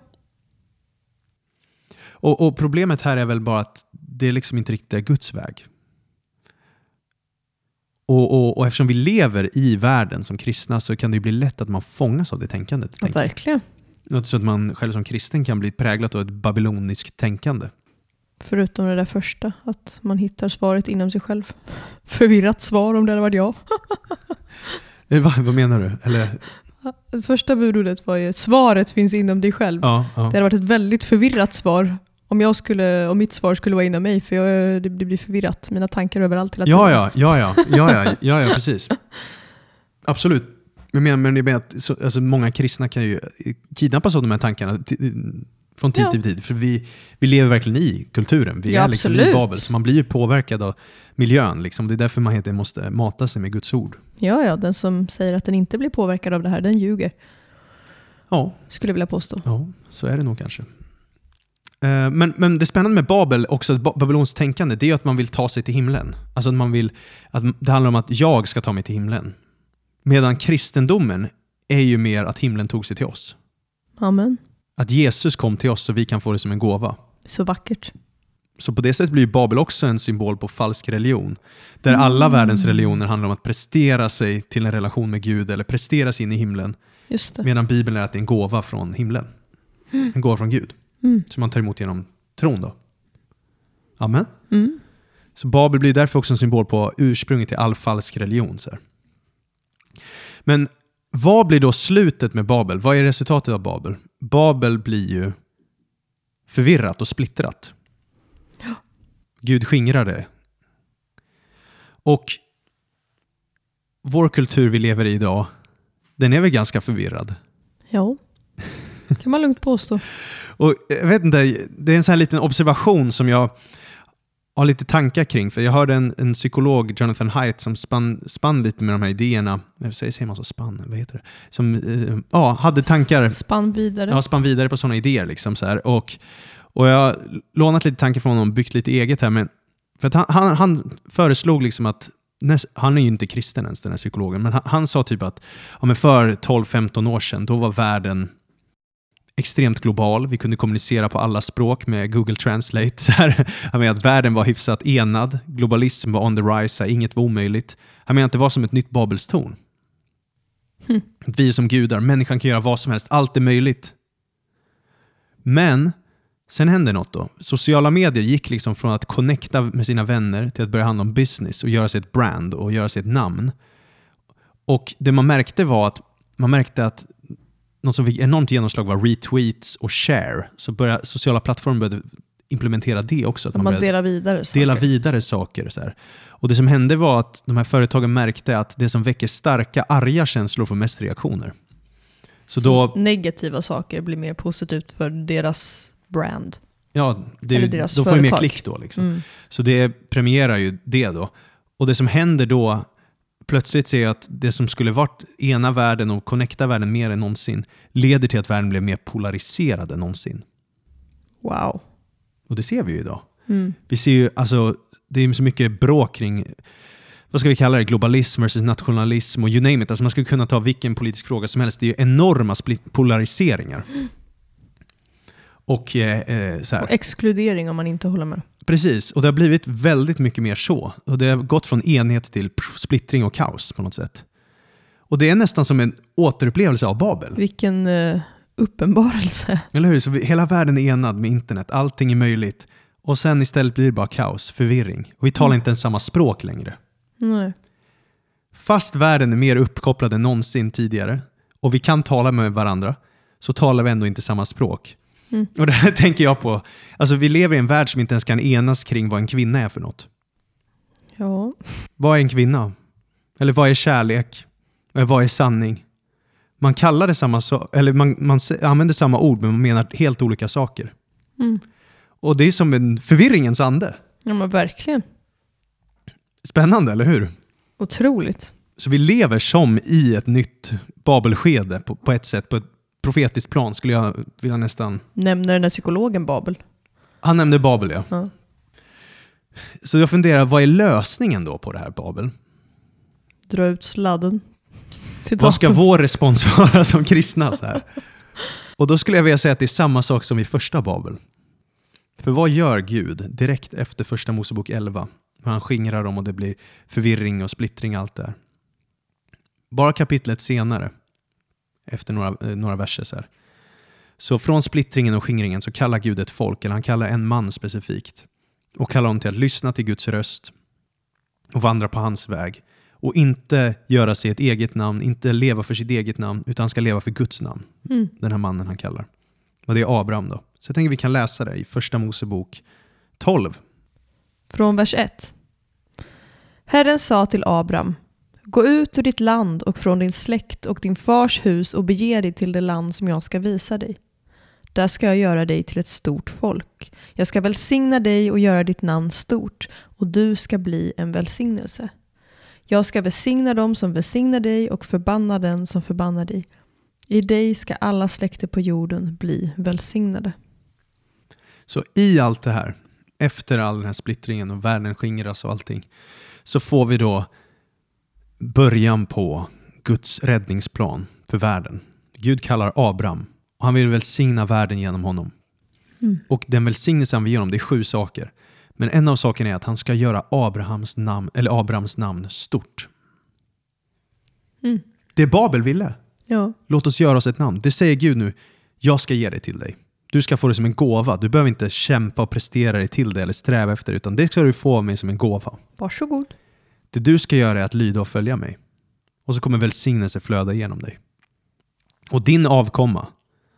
Och, och problemet här är väl bara att det är liksom inte riktigt är Guds väg. Och, och, och eftersom vi lever i världen som kristna så kan det ju bli lätt att man fångas av det tänkandet. Ja, verkligen. Så att man själv som kristen kan bli präglad av ett babyloniskt tänkande. Förutom det där första, att man hittar svaret inom sig själv. Förvirrat svar om det hade varit jag. Va, vad menar du? Eller? Det första budordet var ju svaret finns inom dig själv. Ja, ja. Det hade varit ett väldigt förvirrat svar om, jag skulle, om mitt svar skulle vara inom mig, för jag, det, det blir förvirrat. Mina tankar överallt hela tiden. Ja, ja, ja, ja, ja, ja, ja, ja, precis. Absolut. Men, men, men det är att så, alltså, många kristna kan ju kidnappas av de här tankarna t- från tid Ja. till tid. För vi, vi lever verkligen i kulturen. Vi Ja, är liksom absolut. i Babel. Så man blir ju påverkad av miljön. Liksom. Det är därför man helt enkelt måste mata sig med Guds ord. Ja, ja, den som säger att den inte blir påverkad av det här, den ljuger. Ja, Skulle jag vilja påstå. ja, så är det nog kanske. Eh, Men, men det spännande med Babel, också att Ba- Babylons tänkande, det är att man vill ta sig till himlen. Alltså att man vill, att det handlar om att jag ska ta mig till himlen. Medan kristendomen är ju mer att himlen tog sig till oss. Amen. Att Jesus kom till oss så vi kan få det som en gåva. Så vackert. Så på det sättet blir Babel också en symbol på falsk religion. Där alla världens religioner handlar om att prestera sig till en relation med Gud eller prestera sig in i himlen. Just det. Medan Bibeln är att det är en gåva från himlen. En gåva från Gud. Mm. Som man tar emot genom tron då. Amen. Mm. Så Babel blir därför också en symbol på ursprunget till all falsk religion. Så här. Men vad blir då slutet med Babel? Vad är resultatet av Babel? Babel blir ju förvirrat och splittrat. Ja. Gud skingrar det. Och vår kultur vi lever i idag, den är väl ganska förvirrad. Ja. Kan man lugnt påstå. Och jag vet inte, det är en sån här liten observation som jag har lite tankar kring. För jag hörde en, en psykolog, Jonathan Haidt, som spann, spann lite med de här idéerna. Jag säger, säger man så spann? Vad heter det? Som eh, ja, hade tankar. Spann vidare. Ja, spann vidare på sådana idéer. Liksom, så här. Och, och jag har lånat lite tankar från honom och byggt lite eget här. Men, för att han, han, han föreslog liksom att, näst, han är ju inte kristen ens, den här psykologen, men han, han sa typ att ja, men för tolv femton år sedan, då var världen extremt global. Vi kunde kommunicera på alla språk med Google Translate. Så här, jag menar att världen var hyfsat enad. Globalism var on the rise. Inget var omöjligt. Jag menar att det var som ett nytt Babelstorn. Mm. Vi som gudar. Människan kan göra vad som helst. Allt är möjligt. Men sen hände något då. Sociala medier gick liksom från att connecta med sina vänner till att börja handla om business och göra sig ett brand och göra sig ett namn. Och det man märkte var att man märkte att något som fick enormt genomslag var retweets och share. Så började, sociala plattformar började implementera det också. Att man, man man delar vidare saker. dela vidare saker. Så här. Och det som hände var att de här företagen märkte att det som väcker starka, arga känslor får mest reaktioner. Så, Så då, negativa saker blir mer positivt för deras brand. ja, det, eller deras då får ju mer företag. klick då. Liksom. Mm. Så det premierar ju det då. Och det som händer då, plötsligt ser jag att det som skulle varit ena världen och connecta världen mer än någonsin leder till att världen blir mer polariserad än någonsin. Wow. Och det ser vi ju idag. Mm. Vi ser ju, alltså, det är så mycket bråk kring, vad ska vi kalla det, globalism versus nationalism och you name it. Alltså man skulle kunna ta vilken politisk fråga som helst. Det är ju enorma split- polariseringar. Mm. Och, eh, så här. Och exkludering om man inte håller med. Precis, och det har blivit väldigt mycket mer så. Och det har gått från enhet till splittring och kaos på något sätt. Och det är nästan som en återupplevelse av Babel. Vilken uh, uppenbarelse. Eller hur? Så vi, hela världen är enad med internet. Allting är möjligt. Och sen istället blir det bara kaos, förvirring. Och vi talar mm. inte ens samma språk längre. Nej. Fast världen är mer uppkopplad än någonsin tidigare och vi kan tala med varandra, så talar vi ändå inte samma språk. Mm. Och det här tänker jag på. Alltså vi lever i en värld som inte ens kan enas kring vad en kvinna är för något. Ja. Vad är en kvinna? Eller vad är kärlek? Eller vad är sanning? Man kallar det samma so- eller man, man använder samma ord, men man menar helt olika saker. Mm. Och det är som en förvirringens ande. Ja, men verkligen. Spännande, eller hur? Otroligt. Så vi lever som i ett nytt Babelskede på, på ett sätt, på ett profetiskt plan skulle jag vilja nästan... Nämner den här psykologen Babel? Han nämnde Babel, ja. ja. Så jag funderar, vad är lösningen då på det här Babel? Dra ut sladden. Vad ska vår respons vara som kristna så här? Och då skulle jag vilja säga att det är samma sak som i första Babel. För vad gör Gud direkt efter första Mosebok elva? Han skingrar dem och det blir förvirring och splittring allt där. Bara kapitlet senare, efter några, några verser så här. Så från splittringen och skingringen så kallar Gud ett folk, eller han kallar en man specifikt. Och kallar dem till att lyssna till Guds röst och vandra på hans väg. Och inte göra sig ett eget namn, inte leva för sitt eget namn, utan ska leva för Guds namn. Mm. Den här mannen han kallar. Och det är Abraham då. Så jag tänker vi kan läsa det i första Mosebok tolv. Från vers ett. Herren sa till Abraham: gå ut ur ditt land och från din släkt och din fars hus och bege dig till det land som jag ska visa dig. Där ska jag göra dig till ett stort folk. Jag ska välsigna dig och göra ditt namn stort, och du ska bli en välsignelse. Jag ska välsigna dem som välsignar dig och förbanna den som förbannar dig. I dig ska alla släkter på jorden bli välsignade. Så i allt det här, efter all den här splittringen och världen skingras och allting, så får vi då början på Guds räddningsplan för världen. Gud kallar Abraham och han vill välsigna världen genom honom. Mm. Och den välsignelsen han vill ge honom, det är sju saker. Men en av sakerna är att han ska göra Abrahams namn, eller Abrahams namn stort. Mm. Det Babel ville. Ja. Låt oss göra oss ett namn. Det säger Gud nu. Jag ska ge det till dig. Du ska få det som en gåva. Du behöver inte kämpa och prestera dig till det eller sträva efter det, utan det ska du få av mig som en gåva. Varsågod. Det du ska göra är att lyda och följa mig. Och så kommer välsignelse flöda genom dig. Och din avkomma,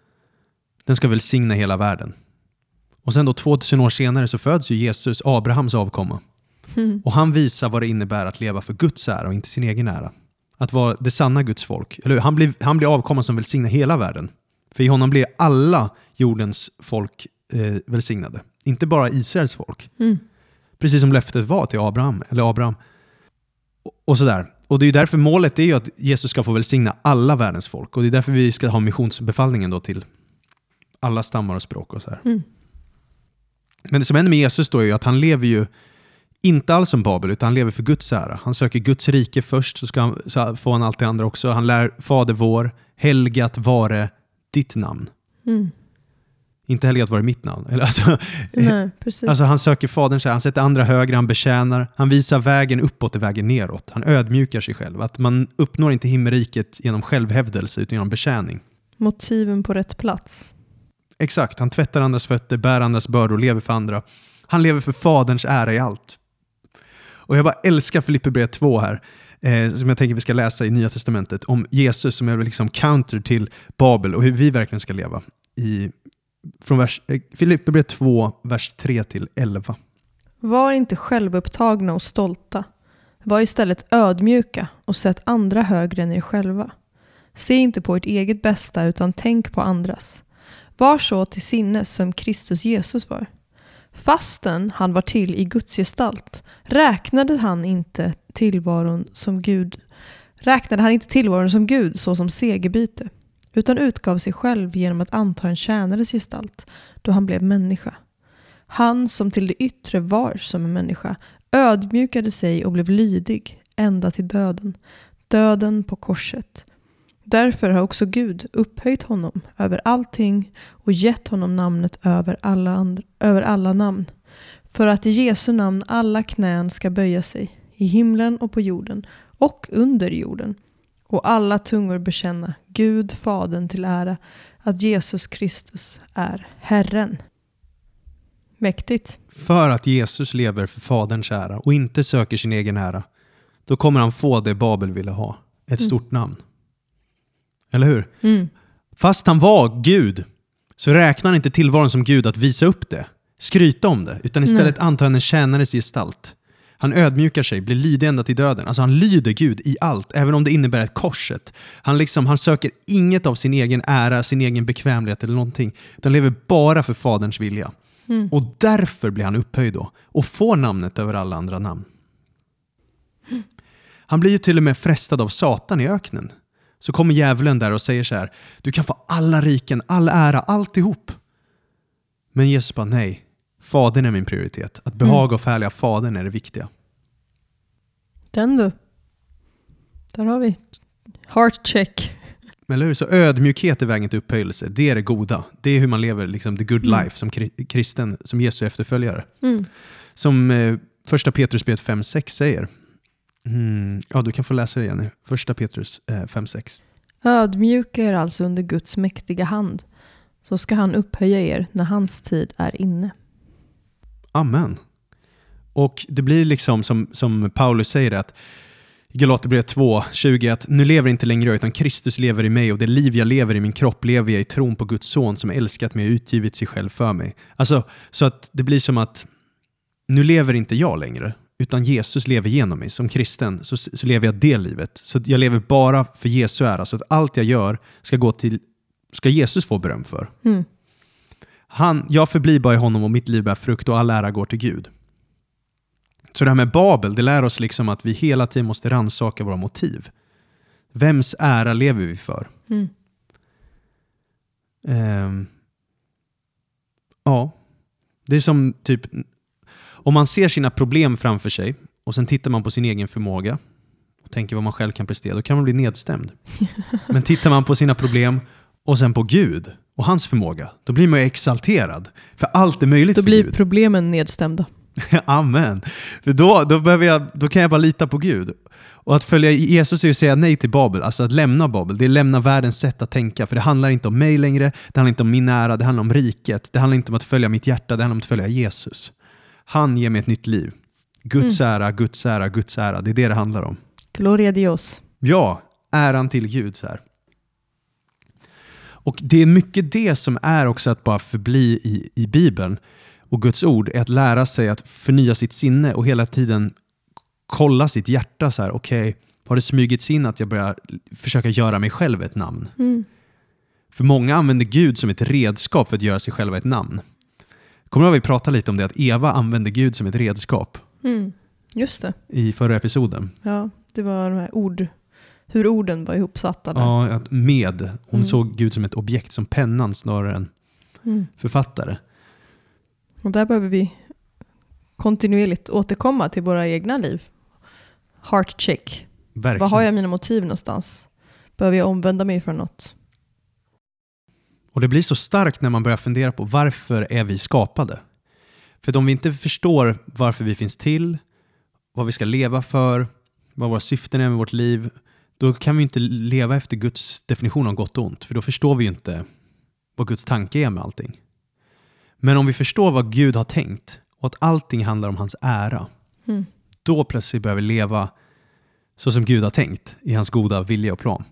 den ska välsigna hela världen. Och sen då tvåtusen år senare så föds ju Jesus, Abrahams avkomma. Mm. Och han visar vad det innebär att leva för Guds ära och inte sin egen ära. Att vara det sanna Guds folk. Eller han blir, han blir avkomma som välsignar hela världen. För i honom blir alla jordens folk eh, välsignade. Inte bara Israels folk. Mm. Precis som löftet var till Abraham. Eller Abraham. Och, och sådär. Och det är ju därför målet är ju att Jesus ska få välsigna alla världens folk. Och det är därför vi ska ha missionsbefallningen då till alla stammar och språk och så här. Mm. Men det som händer med Jesus då är ju att han lever ju inte alls som Babel, utan han lever för Guds ära. Han söker Guds rike först, så, ska han, så får han allt det andra också. Han lär Fader vår, helgat vare ditt namn. Mm. Inte helgat vare mitt namn. Eller alltså, Nej, precis. Alltså han söker Fadern, så här, han sätter andra högre, han betjänar. Han visar vägen uppåt och vägen neråt. Han ödmjukar sig själv. Att man uppnår inte himmelriket genom självhävdelse utan genom betjäning. Motiven på rätt plats. Exakt, han tvättar andras fötter, bär andras bördor, lever för andra. Han lever för Faderns ära i allt. Och jag bara älskar Filipperbrevet två här, eh, som jag tänker vi ska läsa i Nya Testamentet, om Jesus som är liksom counter till Babel och hur vi verkligen ska leva. I, från vers, eh, Filipperbrevet två, vers tre till elva. Var inte självupptagna och stolta. Var istället ödmjuka och sätt andra högre än er själva. Se inte på ert eget bästa utan tänk på andras. Var så till sinnes som Kristus Jesus var. Fastän han var till i Guds gestalt räknade han inte tillvaron som Gud räknade han inte tillvaron som Gud så som segerbyte, utan utgav sig själv genom att anta en tjänares gestalt då han blev människa. Han som till det yttre var som en människa ödmjukade sig och blev lydig ända till döden, döden på korset. Därför har också Gud upphöjt honom över allting och gett honom namnet över alla, andra, över alla namn. för att i Jesu namn alla knän ska böja sig, i himlen och på jorden och under jorden, och alla tungor bekänna Gud Fadern till ära att Jesus Kristus är Herren. Mäktigt. För att Jesus lever för Faderns ära och inte söker sin egen ära, då kommer han få det Babel ville ha. Ett Mm. stort namn. Eller hur? Mm. Fast han var Gud så räknar han inte tillvaron som Gud att visa upp det, skryta om det, utan istället antar han en tjänares gestalt. Han ödmjukar sig, blir lydig ända till döden. Alltså han lyder Gud i allt, även om det innebär ett korset. Han, liksom, han söker inget av sin egen ära, sin egen bekvämlighet eller någonting, utan lever bara för Faderns vilja. Mm. Och därför blir han upphöjd då och får namnet över alla andra namn. Han blir ju till och med frestad av Satan i öknen. Så kommer djävulen där och säger så här: du kan få alla riken, all ära, alltihop. Men Jesus bara nej. Fadern är min prioritet. Att behaga och förhärliga Fadern är det viktiga. Den du. Där har vi. Heart check. Eller hur? Så ödmjukhet är vägen till upphöjelse. Det är det goda. Det är hur man lever liksom the good Mm. life som kri- kristen, som Jesu efterföljare. Mm. Som eh, första Petrusbrevet fem sex säger. Mm, ja, du kan få läsa det igen. Första Petrus eh, fem sex. Ödmjuka er alltså under Guds mäktiga hand, så ska han upphöja er när hans tid är inne. Amen. Och det blir liksom som, som Paulus säger att i Galaterbrevet två tjugo att nu lever inte längre jag, utan Kristus lever i mig, och det liv jag lever i min kropp lever jag i tron på Guds son som älskat mig och utgivit sig själv för mig. Alltså, så att det blir som att nu lever inte jag längre, utan Jesus lever genom mig. Som kristen så, så lever jag det livet. Så jag lever bara för Jesu ära, så att allt jag gör ska gå till, ska Jesus få beröm för. Mm. Han, jag förblir bara i honom och mitt liv bär frukt och all ära går till Gud. Så det här med Babel, det lär oss liksom att vi hela tiden måste rannsaka våra motiv. Vems ära lever vi för? Mm. Um, ja, det är som typ om man ser sina problem framför sig och sen tittar man på sin egen förmåga och tänker vad man själv kan prestera, då kan man bli nedstämd. Men tittar man på sina problem och sen på Gud och hans förmåga, då blir man ju exalterad. För allt är möjligt Då för blir Gud. problemen nedstämda. Amen. För då, då, behöver jag, då kan jag bara lita på Gud. Och att följa Jesus är att säga nej till Babel. Alltså att lämna Babel. Det är lämna världens sätt att tänka. För det handlar inte om mig längre. Det handlar inte om min ära. Det handlar om riket. Det handlar inte om att följa mitt hjärta. Det handlar om att följa Jesus. Han ger mig ett nytt liv. Guds mm. ära, Guds ära, Guds ära. Det är det det handlar om. Gloria Dios. Ja, äran till Gud så här. Och det är mycket det som är också att bara förbli i, i Bibeln. Och Guds ord är att lära sig att förnya sitt sinne och hela tiden kolla sitt hjärta så här. Okej, okay, har det smygits in att jag börjar försöka göra mig själv ett namn? Mm. För många använder Gud som ett redskap för att göra sig själva ett namn. Kommer du ihåg att vi pratade lite om det, att Eva använde Gud som ett redskap? Mm. Just det. I förra episoden. Ja, det var de här ord, hur orden var ihopsatta där. Ja, att med. Hon Mm. såg Gud som ett objekt, som pennan snarare än Mm. författare. Och där behöver vi kontinuerligt återkomma till våra egna liv. Heart check. Verkligen. Vad har jag mina motiv någonstans? Behöver jag omvända mig från något? Och det blir så starkt när man börjar fundera på varför är vi skapade? För om vi inte förstår varför vi finns till, vad vi ska leva för, vad våra syften är med vårt liv, då kan vi inte leva efter Guds definition av gott och ont. För då förstår vi inte vad Guds tanke är med allting. Men om vi förstår vad Gud har tänkt och att allting handlar om hans ära, Mm. då plötsligt börjar vi leva så som Gud har tänkt i hans goda vilja och plan.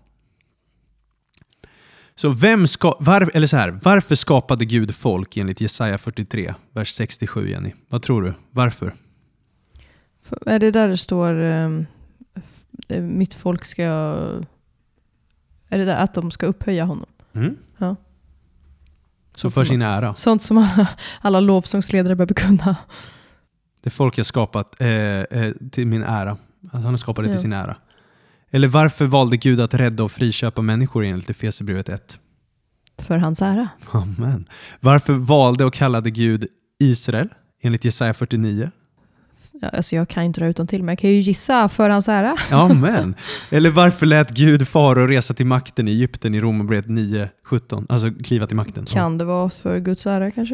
Så vem ska, var, eller så här, varför skapade Gud folk enligt Jesaja fyrtiotre, vers sextiosju, Jenny? Vad tror du? Varför? För, är det där det står um, mitt folk ska... Är det där att de ska upphöja honom? Mm. Ja. Så för sin ära. Sånt som alla, alla lovsångsledare behöver kunna. Det folk har skapat eh, eh, till min ära. Alltså, han har skapat det Ja. till sin ära. Eller varför valde Gud att rädda och friköpa människor enligt Efesierbrevet ett? För hans ära. Amen. Varför valde och kallade Gud Israel enligt Jesaja fyrtionio? Ja, alltså jag kan inte dra utan till, men jag kan ju gissa för hans ära. Amen. Eller varför lät Gud farao resa till makten i Egypten i Romarbrevet nio sjutton? Alltså kliva till makten. Kan det vara för Guds ära kanske?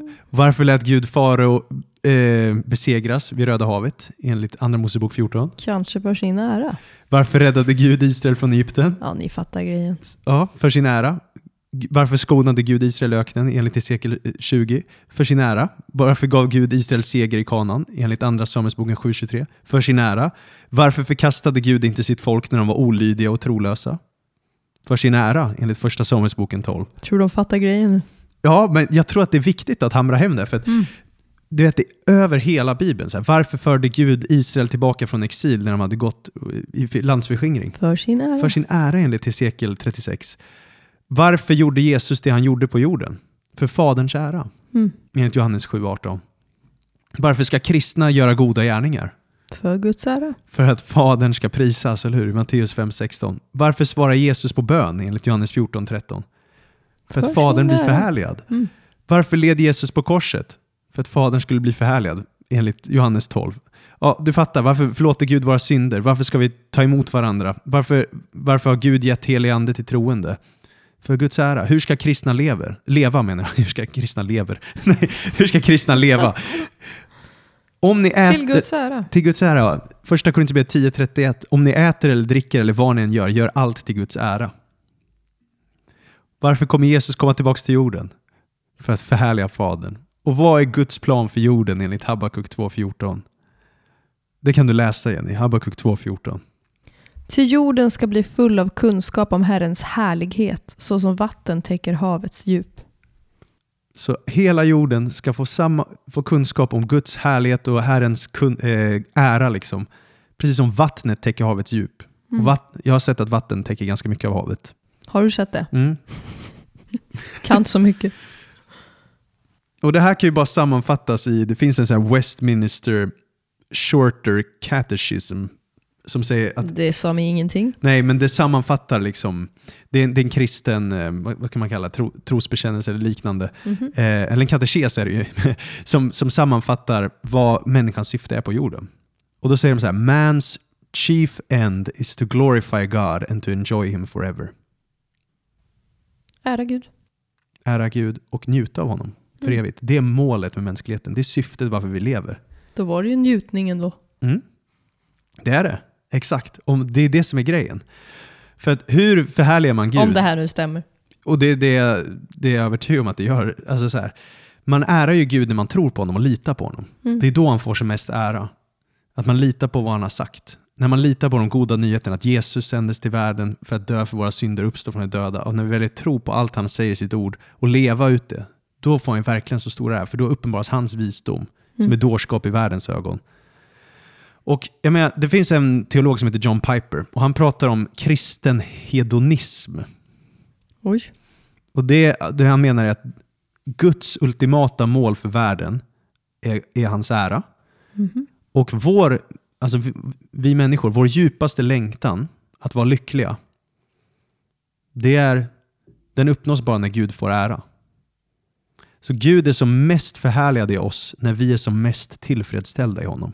Varför lät Gud farao eh, besegras vid Röda havet enligt Andra Mosebok fjorton? Kanske för sin ära. Varför räddade Gud Israel från Egypten? Ja, ni fattar grejen. Ja, för sin ära. Varför skonade Gud Israel i öknen enligt Hesekiel tjugo? För sin ära. Varför gav Gud Israel seger i Kanaan enligt Andra Samuelsboken sju tjugotre? För sin ära. Varför förkastade Gud inte sitt folk när de var olydiga och trolösa? För sin ära enligt Första Samuelsboken tolv. Tror de fattar grejen? Ja, men jag tror att det är viktigt att hamra hem det. För att, mm. du vet, det är över hela Bibeln. Så här, varför förde Gud Israel tillbaka från exil när de hade gått i landsförskingring? För sin ära. För sin ära enligt Hesekiel trettiosex. Varför gjorde Jesus det han gjorde på jorden? För faderns ära. Mm. Enligt Johannes sju arton. Varför ska kristna göra goda gärningar? För Guds ära. För att fadern ska prisas, eller hur? Matteus fem sexton. Varför svarar Jesus på bön enligt Johannes fjorton tretton? För, för att fadern blir förhärligad. Mm. Varför led Jesus på korset? För att fadern skulle bli förhärligad enligt Johannes tolv. Ja, du fattar, varför förlåter Gud våra synder? Varför ska vi ta emot varandra? Varför, varför har Gud gett helig ande till troende? För Guds ära. Hur ska kristna lever? leva? menar jag. Hur ska kristna lever? Nej, hur ska kristna leva? Om ni äter, till Guds ära. Till Guds ära. Första Korinthierbrevet tio trettioett. Om ni äter eller dricker eller vad ni än gör, gör allt till Guds ära. Varför kommer Jesus komma tillbaka till jorden? För att förhärliga fadern. Och vad är Guds plan för jorden enligt Habakuk två fjorton? Det kan du läsa igen i Habakuk två fjorton. Till jorden ska bli full av kunskap om Herrens härlighet, så som vatten täcker havets djup. Så hela jorden ska få, samma, få kunskap om Guds härlighet och Herrens kun, äh, ära. Liksom. Precis som vattnet täcker havets djup. Mm. Och vatt, jag har sett att vatten täcker ganska mycket av havet. Har du sett det? Mm. Kan inte så mycket. Och det här kan ju bara sammanfattas i, det finns en sån här Westminster Shorter Catechism som säger att... Det sa mig ingenting. Nej, men det sammanfattar liksom, det är, det är en kristen, vad kan man kalla, tro, trosbekännelse eller liknande. Mm-hmm. Eh, eller en katekes är det ju, som, som sammanfattar vad människans syfte är på jorden. Och då säger de så här: man's chief end is to glorify God and to enjoy him forever. Ära Gud. Ära Gud och njuta av honom för mm. evigt. Det är målet med mänskligheten. Det är syftet varför vi lever. Då var det ju njutningen då. Mm. Det är det. Exakt. Om det är det som är grejen. För att hur förhärligar man Gud? Om det här nu stämmer. Och det, det, det är jag övertygad om att det gör. Alltså så här, man ärar ju Gud när man tror på honom och litar på honom. Mm. Det är då han får sig mest ära. Att man litar på vad han har sagt. När man litar på de goda nyheterna att Jesus sändes till världen för att dö för våra synder och uppstå från de döda. Och när vi väljer tro på allt han säger i sitt ord och leva ut det, då får han verkligen så stor ära. För då uppenbaras hans visdom mm. som är dårskap i världens ögon. Och jag menar, det finns en teolog som heter John Piper och han pratar om kristen hedonism. Oj. Och det, det han menar är att Guds ultimata mål för världen är, är hans ära. Mm-hmm. Och vår, alltså vi, vi människor, vår djupaste längtan att vara lyckliga, det är, den uppnås bara när Gud får ära. Så Gud är som mest förhärligad i oss när vi är som mest tillfredsställda i honom.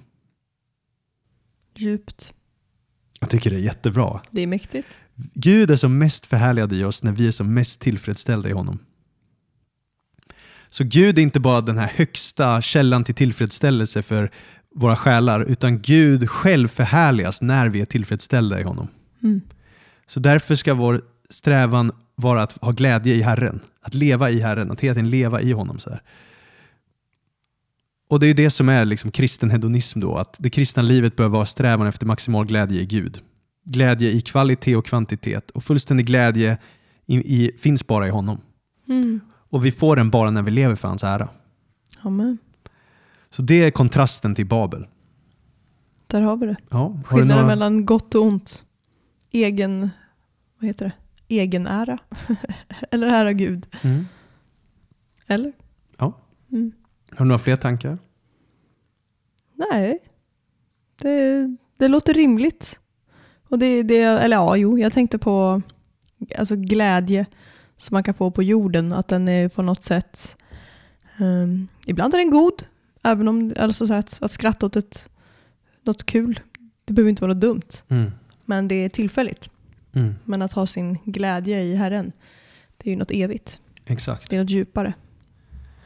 Djupt. Jag tycker det är jättebra. Det är mäktigt. Gud är som mest förhärligad i oss när vi är som mest tillfredsställda i honom. Så Gud är inte bara den här högsta källan till tillfredsställelse för våra själar, utan Gud själv förhärligas när vi är tillfredsställda i honom. Mm. Så därför ska vår strävan vara att ha glädje i Herren. Att leva i Herren, att hela tiden leva i honom. Så här. Och det är det som är liksom kristen hedonism då, att det kristna livet bör vara strävan efter maximal glädje i Gud. Glädje i kvalitet och kvantitet. Och fullständig glädje i, i, finns bara i honom. Mm. Och vi får den bara när vi lever för hans ära. Amen. Så det är kontrasten till Babel. Där har vi det. Ja, skillnaden några... mellan gott och ont. Egen, vad heter det? Egen ära. Eller ära Gud. Mm. Eller? Ja. Mm. Har du några fler tankar? Nej. Det, det låter rimligt. Och det, det, eller ja, jo, jag tänkte på alltså glädje som man kan få på jorden. Att den är på något sätt, um, ibland är den god. Även om, alltså så att, att skratta åt ett, något kul, det behöver inte vara något dumt. Mm. Men det är tillfälligt. Mm. Men att ha sin glädje i Herren, det är ju något evigt. Exakt. Det är något djupare.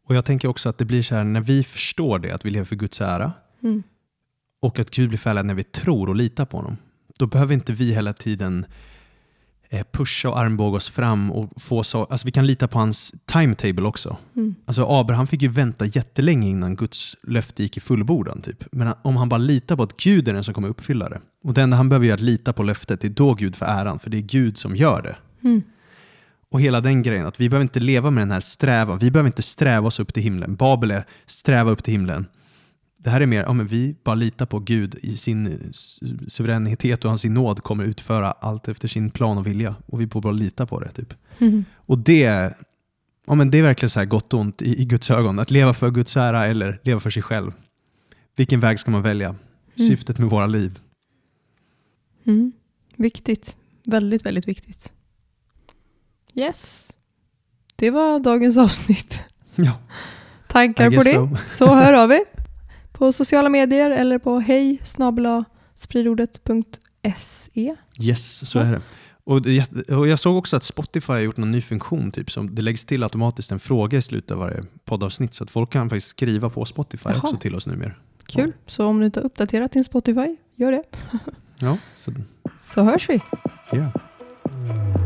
Och jag tänker också att det blir så här när vi förstår det, att vi lever för Guds ära. Mm. Och att Gud blir förärad när vi tror och litar på honom. Då behöver inte vi hela tiden pusha och armbåga oss fram och få så, alltså vi kan lita på hans timetable också. Mm. Alltså Abraham fick ju vänta jättelänge innan Guds löfte gick i fullbordan typ. Men om han bara litar på att Gud är den som kommer uppfylla det. Och det enda han behöver göra är att lita på löftet, det är då Gud får äran, för det är Gud som gör det. Mm. Och hela den grejen, att vi behöver inte leva med den här strävan, vi behöver inte sträva oss upp till himlen. Babel är sträva upp till himlen. Det här är mer, ja, men vi bara litar på Gud i sin suveränitet och hans sin nåd kommer utföra allt efter sin plan och vilja. Och vi får bara lita på det typ. Mm. Och det, ja, men det är verkligen så här gott och ont i, i Guds ögon. Att leva för Guds ära eller leva för sig själv. Vilken väg ska man välja? Mm. Syftet med våra liv. Mm. Viktigt. Väldigt, väldigt viktigt. Yes. Det var dagens avsnitt. Ja. Tankar I på guess det? so. Så hör av er. På sociala medier eller på hej snabel-a spridordet punkt se. Yes, så är det. Och, det. och jag såg också att Spotify har gjort en ny funktion typ, som det läggs till automatiskt en fråga i slutet av varje poddavsnitt, så att folk kan faktiskt skriva på Spotify Jaha. också till oss numera. Kul. Ja. Så om du inte har uppdaterat din Spotify, gör det. Ja, så, Så hörs vi. ja.